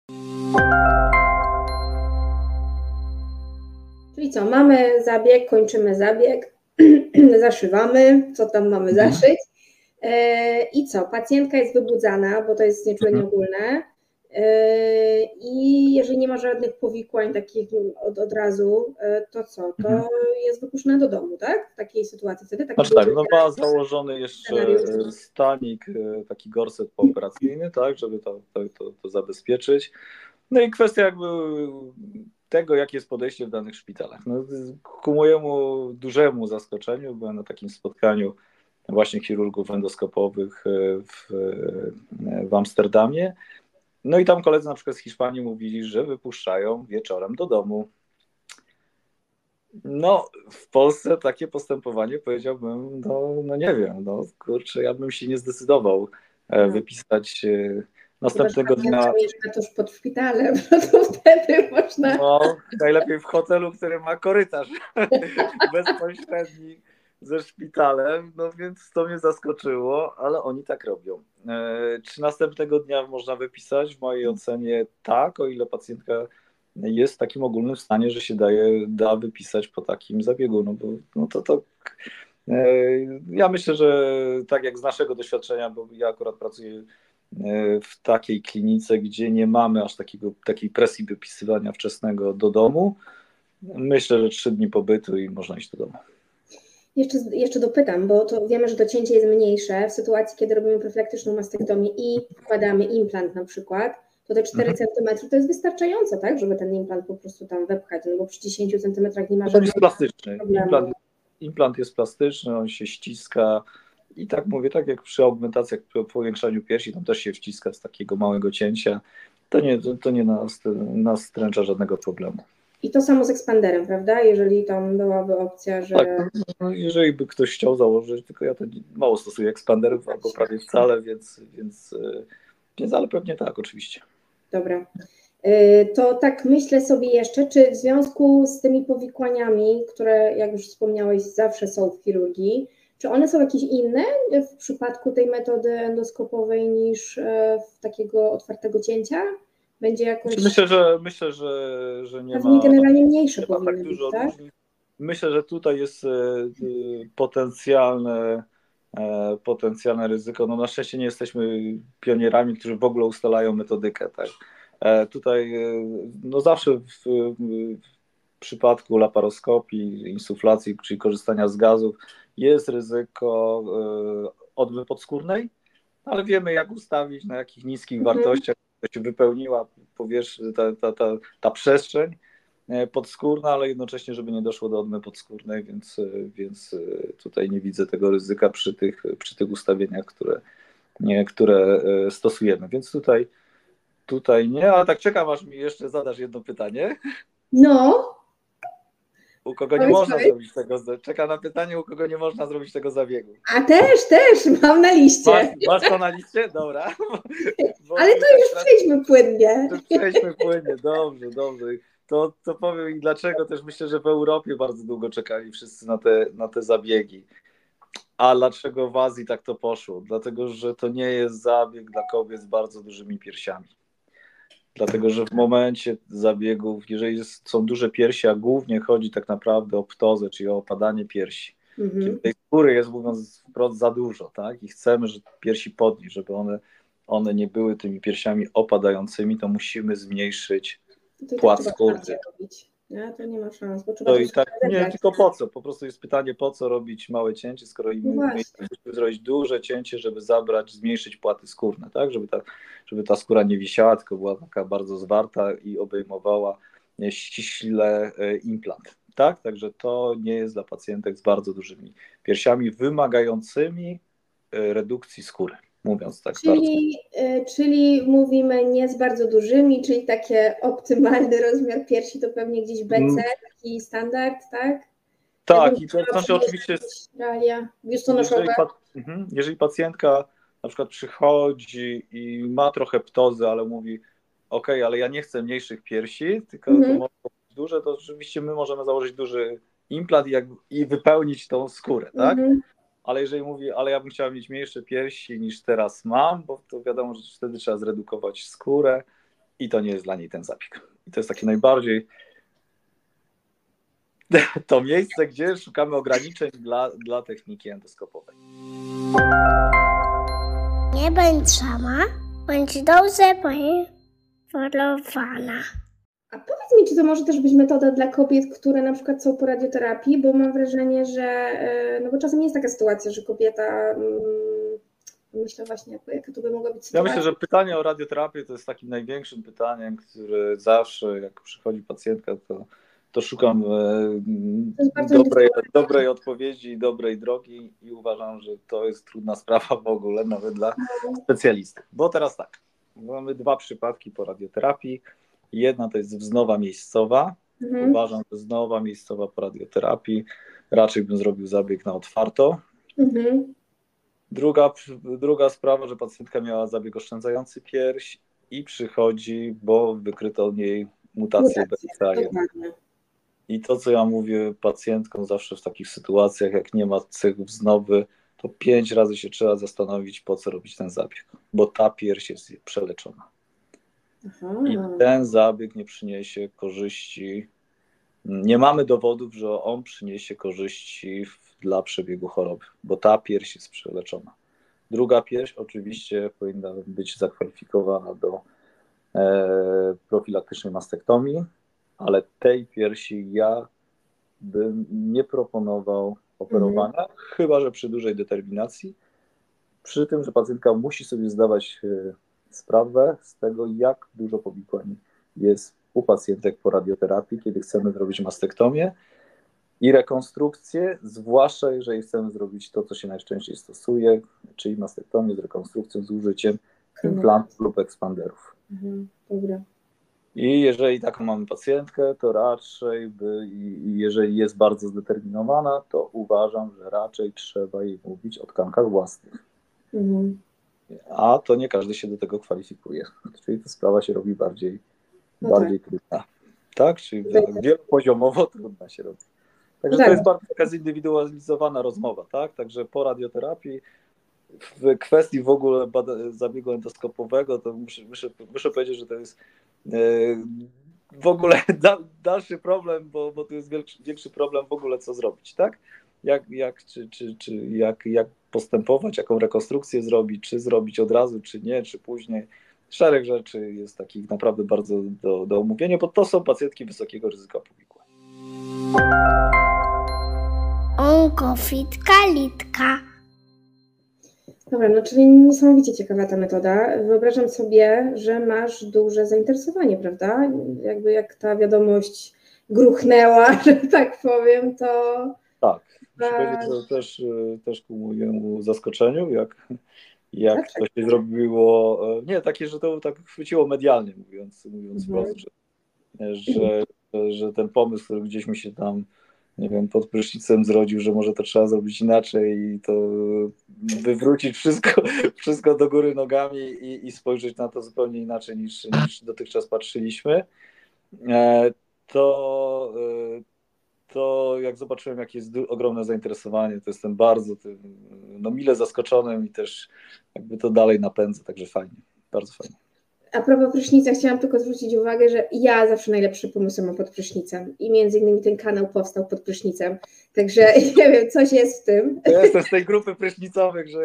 Czyli co, mamy zabieg, kończymy zabieg, zaszywamy, co tam mamy zaszyć i co, pacjentka jest wybudzana, bo to jest znieczulenie ogólne i jeżeli nie ma żadnych powikłań takich od razu, to co, to jest wypuszczona do domu, tak? W takiej sytuacji wtedy? Znaczy tak, no ma założony jeszcze stanik, taki gorset pooperacyjny, tak, żeby to zabezpieczyć. No i kwestia jakby tego, jakie jest podejście w danych szpitalach. No, ku mojemu dużemu zaskoczeniu byłem na takim spotkaniu właśnie chirurgów endoskopowych w Amsterdamie. No i tam koledzy na przykład z Hiszpanii mówili, że wypuszczają wieczorem do domu. No, w Polsce takie postępowanie, powiedziałbym, no nie wiem, no kurczę, ja bym się nie zdecydował wypisać następnego dnia. Mieszka tuż pod szpitalem, no to wtedy można. No, najlepiej w hotelu, który ma korytarz bezpośredni ze szpitalem, no więc to mnie zaskoczyło, ale oni tak robią. Czy następnego dnia można wypisać? W mojej ocenie tak, o ile pacjentka jest w takim ogólnym stanie, że się da wypisać po takim zabiegu, no bo no to ja myślę, że tak jak z naszego doświadczenia, bo ja akurat pracuję w takiej klinice, gdzie nie mamy aż takiej presji wypisywania wczesnego do domu, myślę, że 3 dni pobytu i można iść do domu. Jeszcze dopytam, bo to wiemy, że to cięcie jest mniejsze w sytuacji, kiedy robimy profilaktyczną mastektomię i wkładamy implant na przykład, to te 4 cm to jest wystarczająco, tak, żeby ten implant po prostu tam wepchać, no bo przy 10 cm nie ma żadnego jest plastyczny. problemu. Implant jest plastyczny, on się ściska i tak mówię, tak jak przy augmentacjach, przy powiększaniu piersi, tam też się wciska z takiego małego cięcia, to nie nastręcza żadnego problemu. I to samo z ekspanderem, prawda? Jeżeli tam byłaby opcja, że... Tak, no, jeżeli by ktoś chciał założyć, tylko ja to mało stosuję ekspanderów, albo prawie wcale, więc ale pewnie tak, oczywiście. Dobra. To tak myślę sobie jeszcze, czy w związku z tymi powikłaniami, które jak już wspomniałeś zawsze są w chirurgii, czy one są jakieś inne w przypadku tej metody endoskopowej niż w takiego otwartego cięcia? Będzie jakoś... Myślę, że nie pewnie ma... generalnie mniejsze powinny tak być, dużo tak? różnic. Myślę, że tutaj jest potencjalne ryzyko. No na szczęście nie jesteśmy pionierami, którzy w ogóle ustalają metodykę. Tak? Tutaj no zawsze w przypadku laparoskopii, insuflacji, czyli korzystania z gazów, jest ryzyko odmy podskórnej, ale wiemy jak ustawić, na jakich niskich wartościach się wypełniła ta przestrzeń podskórna, ale jednocześnie, żeby nie doszło do odmy podskórnej, więc tutaj nie widzę tego ryzyka przy tych ustawieniach, które stosujemy. Więc tutaj nie, ale tak czekam, aż mi jeszcze zadasz jedno pytanie. No. U kogo nie można zrobić tego, czeka na pytanie, u kogo nie można zrobić tego zabiegu. A też, mam na liście. Masz to na liście? Dobra. Ale to już przejdźmy płynnie. Przejdźmy płynnie, dobrze. To powiem i dlaczego też myślę, że w Europie bardzo długo czekali wszyscy na te zabiegi. A dlaczego w Azji tak to poszło? Dlatego, że to nie jest zabieg dla kobiet z bardzo dużymi piersiami. Dlatego, że w momencie zabiegów, jeżeli są duże piersi, a głównie chodzi tak naprawdę o ptozę, czyli o opadanie piersi, kiedy tej skóry jest, mówiąc wprost, za dużo, tak? I chcemy, żeby piersi podnieść, żeby one nie były tymi piersiami opadającymi, to musimy zmniejszyć płat skórny. Nie, to nie ma szans. Bo to i tak nie, tylko po co? Po prostu jest pytanie, po co robić małe cięcie, skoro musimy zrobić duże cięcie, żeby zmniejszyć płaty skórne, tak? Żeby ta skóra nie wisiała, tylko była taka bardzo zwarta i obejmowała ściśle implant. Tak? Także to nie jest dla pacjentek z bardzo dużymi piersiami wymagającymi redukcji skóry. Mówiąc tak czyli mówimy nie z bardzo dużymi, czyli takie optymalny rozmiar piersi to pewnie gdzieś BC, taki standard, tak? Tak, i to znaczy oczywiście jest, jeżeli pacjentka na przykład przychodzi i ma trochę ptozy, ale mówi ale ja nie chcę mniejszych piersi, tylko to może być duże, to oczywiście my możemy założyć duży implant i wypełnić tą skórę, tak? Ale jeżeli mówi, ale ja bym chciała mieć mniejsze piersi niż teraz mam, bo to wiadomo, że wtedy trzeba zredukować skórę, i to nie jest dla niej ten zabieg. I to jest takie najbardziej to miejsce, gdzie szukamy ograniczeń dla techniki endoskopowej. Nie bądź sama, bądź dobrze poinformowana. A powiedz mi, czy to może też być metoda dla kobiet, które na przykład są po radioterapii, bo mam wrażenie, że, no bo czasem jest taka sytuacja, że kobieta, myślę właśnie, jaka to by mogła być sytuacja. Ja myślę, że pytanie o radioterapię to jest takim największym pytaniem, które zawsze, jak przychodzi pacjentka, to szukam dobrej odpowiedzi i dobrej drogi i uważam, że to jest trudna sprawa w ogóle, nawet dla specjalistów. Bo teraz tak, mamy 2 przypadki po radioterapii. Jedna to jest wznowa miejscowa. Uważam, że wznowa miejscowa po radioterapii raczej bym zrobił zabieg na otwarto. Druga sprawa, że pacjentka miała zabieg oszczędzający pierś i przychodzi, bo wykryto od niej mutację BRCA1. I to, co ja mówię pacjentkom zawsze w takich sytuacjach, jak nie ma cech wznowy, to 5 razy się trzeba zastanowić, po co robić ten zabieg, bo ta pierś jest przeleczona. I ten zabieg nie przyniesie korzyści. Nie mamy dowodów, że on przyniesie korzyści dla przebiegu choroby, bo ta pierś jest przeleczona. Druga pierś oczywiście powinna być zakwalifikowana do profilaktycznej mastektomii, ale tej piersi ja bym nie proponował operowania, chyba że przy dużej determinacji, przy tym, że pacjentka musi sobie zdawać sprawę z tego, jak dużo powikłań jest u pacjentek po radioterapii, kiedy chcemy zrobić mastektomię i rekonstrukcję, zwłaszcza jeżeli chcemy zrobić to, co się najczęściej stosuje, czyli mastektomię z rekonstrukcją z użyciem implantów lub ekspanderów. Dobra. I jeżeli taką mamy pacjentkę, to raczej jeżeli jest bardzo zdeterminowana, to uważam, że raczej trzeba jej mówić o tkankach własnych. A to nie każdy się do tego kwalifikuje. Czyli ta sprawa się robi bardziej trudna. Tak? Czyli wielopoziomowo trudna się robi. Także to jest bardzo taka zindywidualizowana rozmowa. Tak? Także po radioterapii w kwestii w ogóle zabiegu endoskopowego, to muszę powiedzieć, że to jest w ogóle dalszy problem, bo tu jest większy problem w ogóle, co zrobić, tak? Jak postępować, jaką rekonstrukcję zrobić, czy zrobić od razu, czy nie, czy później. Szereg rzeczy jest takich naprawdę bardzo do omówienia, bo to są pacjentki wysokiego ryzyka powikłań. Onkofitka Litka. Dobra, no czyli niesamowicie ciekawa ta metoda. Wyobrażam sobie, że masz duże zainteresowanie, prawda? Jakby jak ta wiadomość gruchnęła, że tak powiem, to... Tak, to też ku mojemu zaskoczeniu, jak to się zrobiło, nie, takie, że to tak chwyciło medialnie, mówiąc wprost, że ten pomysł, który gdzieś mi się tam, nie wiem, pod prysznicem zrodził, że może to trzeba zrobić inaczej i to wywrócić wszystko do góry nogami i spojrzeć na to zupełnie inaczej niż dotychczas patrzyliśmy, to jak zobaczyłem, jakie jest ogromne zainteresowanie, to jestem bardzo mile zaskoczonym i też jakby to dalej napędza, także fajnie, bardzo fajnie. A propos prysznica, chciałam tylko zwrócić uwagę, że ja zawsze najlepsze pomysły mam pod prysznicem i między innymi ten kanał powstał pod prysznicem, także nie wiem, coś jest w tym. Ja jestem z tej grupy prysznicowych, że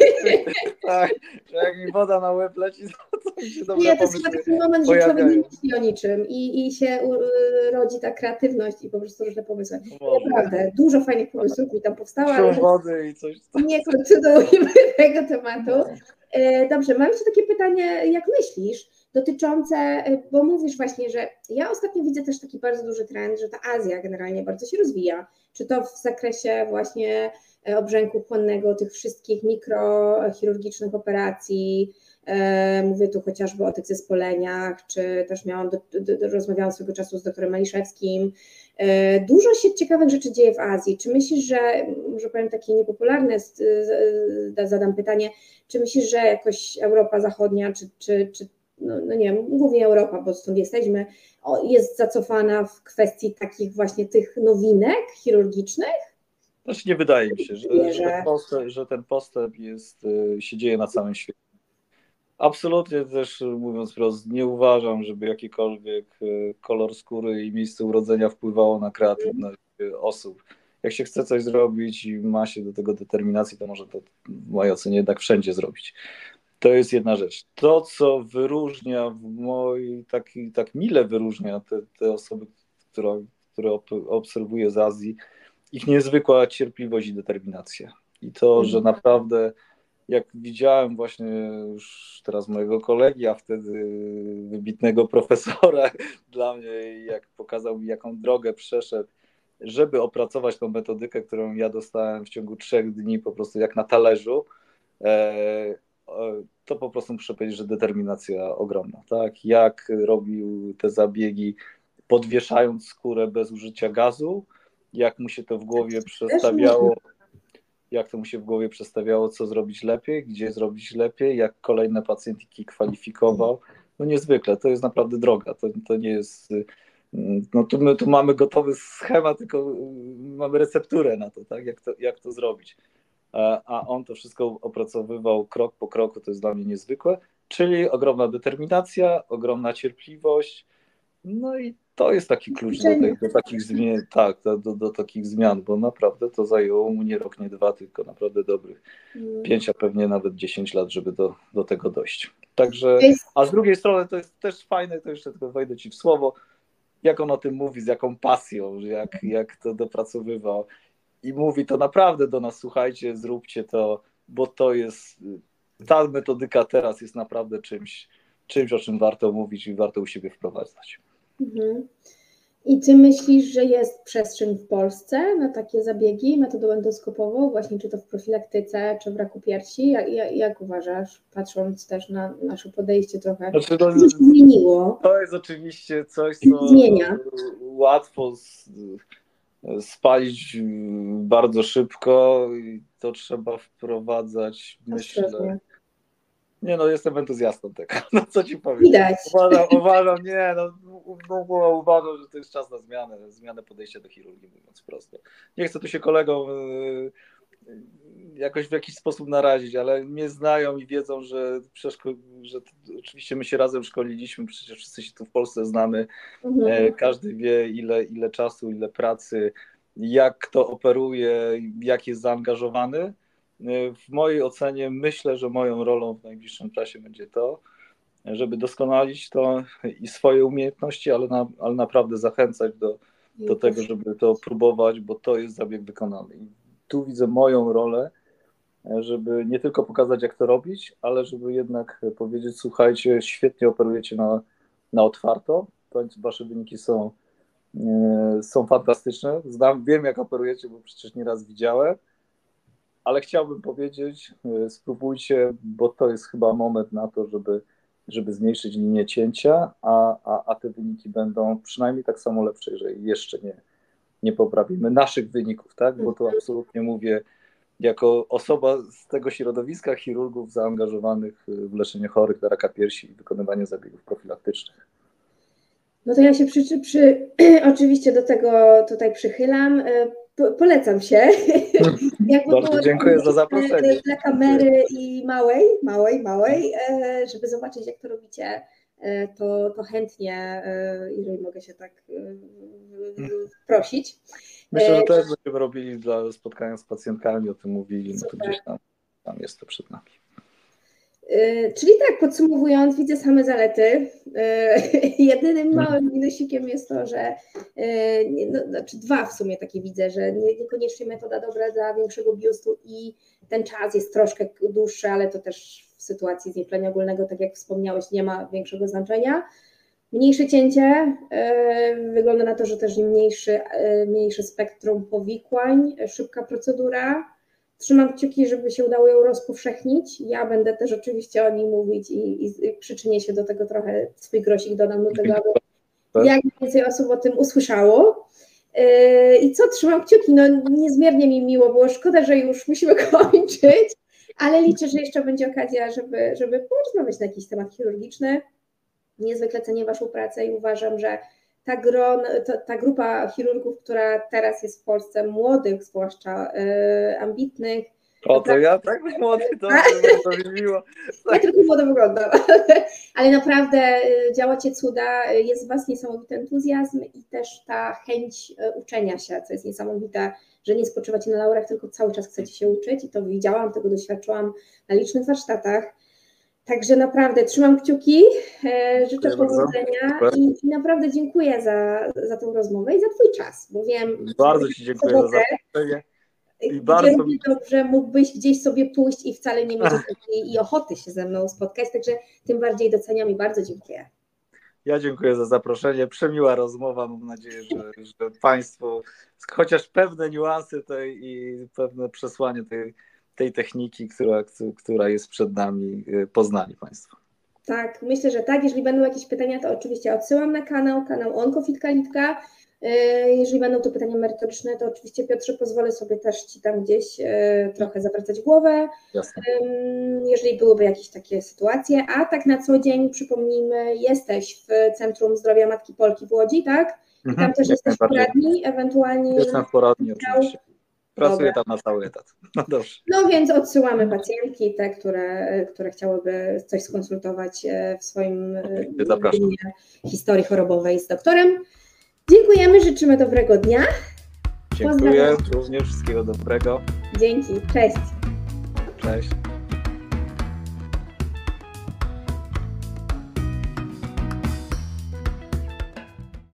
jak mi woda na łeb leci, to mi się dobrze pomysły to jest taki moment, że człowiek nie myśli o niczym i się rodzi ta kreatywność i po prostu różne pomysły. Naprawdę, dużo fajnych pomysłów mi tam powstało. Szum wody i coś. Nie kontynuujmy tego tematu. Dobrze, mam jeszcze takie pytanie, jak myślisz, dotyczące, bo mówisz właśnie, że ja ostatnio widzę też taki bardzo duży trend, że ta Azja generalnie bardzo się rozwija, czy to w zakresie właśnie obrzęku chłonnego, tych wszystkich mikrochirurgicznych operacji, mówię tu chociażby o tych zespoleniach, czy też rozmawiałam swego czasu z doktorem Maliszewskim. Dużo się ciekawych rzeczy dzieje w Azji. Czy myślisz, że, może powiem takie niepopularne, zadam pytanie, czy myślisz, że jakoś Europa Zachodnia, czy no nie wiem, głównie Europa, bo stąd jesteśmy, jest zacofana w kwestii takich właśnie tych nowinek chirurgicznych? Znaczy nie wydaje mi się, że ten postęp się dzieje na całym świecie. Absolutnie też, mówiąc wprost, nie uważam, żeby jakikolwiek kolor skóry i miejsce urodzenia wpływało na kreatywność osób. Jak się chce coś zrobić i ma się do tego determinacji, to może to w mojej ocenie jednak wszędzie zrobić. To jest jedna rzecz. To, co wyróżnia tak mile wyróżnia te osoby, które obserwuję z Azji, ich niezwykła cierpliwość i determinacja. I to, że naprawdę jak widziałem właśnie już teraz mojego kolegi, a wtedy wybitnego profesora dla mnie, jak pokazał mi, jaką drogę przeszedł, żeby opracować tą metodykę, którą ja dostałem w ciągu 3 dni, po prostu jak na talerzu, to po prostu muszę powiedzieć, że determinacja ogromna. Tak? Jak robił te zabiegi, podwieszając skórę bez użycia gazu, jak mu się to w głowie przestawiało, co zrobić lepiej, gdzie zrobić lepiej, jak kolejne pacjentki kwalifikował. No niezwykle, to jest naprawdę droga, to nie jest, no my tu mamy gotowy schemat, tylko mamy recepturę na to, tak? Jak to zrobić. A on to wszystko opracowywał krok po kroku, to jest dla mnie niezwykłe, czyli ogromna determinacja, ogromna cierpliwość, no i to jest taki klucz do takich zmian, tak, do takich zmian, bo naprawdę to zajęło mu nie rok, nie 2, tylko naprawdę dobrych 5, a pewnie nawet 10 lat, żeby do tego dojść. Także, a z drugiej strony to jest też fajne, to jeszcze tylko wejdę ci w słowo, jak on o tym mówi, z jaką pasją, jak to dopracowywał i mówi to naprawdę do nas, słuchajcie, zróbcie to, bo to jest, ta metodyka teraz jest naprawdę czymś, o czym warto mówić i warto u siebie wprowadzać. I ty myślisz, że jest przestrzeń w Polsce na takie zabiegi metodą endoskopową, właśnie czy to w profilaktyce, czy w raku piersi? Jak uważasz, patrząc też na nasze podejście trochę? Znaczy, Co się zmieniło? To jest oczywiście coś, co łatwo spalić bardzo szybko i to trzeba wprowadzać, myślę. Nie no, jestem entuzjastą tego, no co ci powiem. Widać. Uważam, że to jest czas na zmianę podejścia do chirurgii, mówiąc prosto. Nie chcę tu się kolegom jakoś w jakiś sposób narazić, ale mnie znają i wiedzą, że oczywiście my się razem szkoliliśmy, przecież wszyscy się tu w Polsce znamy, każdy wie ile czasu, ile pracy, jak kto operuje, jak jest zaangażowany. W mojej ocenie myślę, że moją rolą w najbliższym czasie będzie to, żeby doskonalić to i swoje umiejętności, ale naprawdę zachęcać do tego, żeby to próbować, bo to jest zabieg wykonany. I tu widzę moją rolę, żeby nie tylko pokazać, jak to robić, ale żeby jednak powiedzieć, słuchajcie, świetnie operujecie na otwarto, wasze wyniki są fantastyczne. Wiem, jak operujecie, bo przecież nieraz widziałem, ale chciałbym powiedzieć, spróbujcie, bo to jest chyba moment na to, żeby zmniejszyć linię cięcia, a te wyniki będą przynajmniej tak samo lepsze, jeżeli jeszcze nie poprawimy naszych wyników, tak? Bo tu absolutnie mówię jako osoba z tego środowiska chirurgów zaangażowanych w leczenie chorych na raka piersi i wykonywanie zabiegów profilaktycznych. No to ja się oczywiście do tego tutaj przychylam. Polecam się. Bardzo dziękuję za zaproszenie. Dla kamery i małej, żeby zobaczyć, jak to robicie, to chętnie, jeżeli mogę się tak prosić. Myślę, że też będziemy robili dla spotkania z pacjentkami, o tym mówili, no to gdzieś tam jest to przed nami. Czyli tak, podsumowując, widzę same zalety. Jedynym małym minusikiem jest to, że znaczy 2 w sumie takie widzę, że niekoniecznie metoda dobra dla większego biustu i ten czas jest troszkę dłuższy, ale to też w sytuacji znieczulenia ogólnego, tak jak wspomniałeś, nie ma większego znaczenia. Mniejsze cięcie, wygląda na to, że też mniejsze spektrum powikłań, szybka procedura. Trzymam kciuki, żeby się udało ją rozpowszechnić. Ja będę też oczywiście o niej mówić i przyczynię się do tego trochę, swój grosik dodam do tego, aby jak więcej osób o tym usłyszało. I co, trzymam kciuki, no niezmiernie mi miło było, szkoda, że już musimy kończyć, ale liczę, że jeszcze będzie okazja, żeby porozmawiać na jakiś temat chirurgiczny. Niezwykle cenię Waszą pracę i uważam, że ta grupa chirurgów, która teraz jest w Polsce, młodych zwłaszcza, ambitnych, O, to ja tak młody, to mi miło. Ja tylko młodo wyglądam, ale naprawdę działacie cuda, jest w Was niesamowity entuzjazm i też ta chęć uczenia się, co jest niesamowite, że nie spoczywacie na laurach, tylko cały czas chcecie się uczyć i to widziałam, tego doświadczyłam na licznych warsztatach. Także naprawdę trzymam kciuki, życzę powodzenia i naprawdę dziękuję za tą rozmowę i za Twój czas, bo wiem... Bardzo Ci dziękuję za zaproszenie. I bardzo mi dobrze, mógłbyś gdzieś sobie pójść i wcale nie mieć i ochoty się ze mną spotkać, także tym bardziej doceniam i bardzo dziękuję. Ja dziękuję za zaproszenie, przemiła rozmowa, mam nadzieję, że Państwo chociaż pewne niuanse i pewne przesłanie tej techniki, która jest przed nami, poznali Państwo. Tak, myślę, że tak. Jeżeli będą jakieś pytania, to oczywiście odsyłam na kanał Onkofit Kalitka. Jeżeli będą to pytania merytoryczne, to oczywiście, Piotrze, pozwolę sobie też Ci tam gdzieś trochę zawracać głowę. Jasne. Jeżeli byłyby jakieś takie sytuacje, a tak na co dzień, przypomnijmy, jesteś w Centrum Zdrowia Matki Polki w Łodzi, tak? I tam też jesteś w poradni, ewentualnie... Jestem w poradni oczywiście. Pracuję tam na cały etat. No dobrze. No więc odsyłamy pacjentki, te, które chciałyby coś skonsultować w swoim historii chorobowej z doktorem. Dziękujemy, życzymy dobrego dnia. Dziękuję, również wszystkiego dobrego. Dzięki, cześć. Cześć.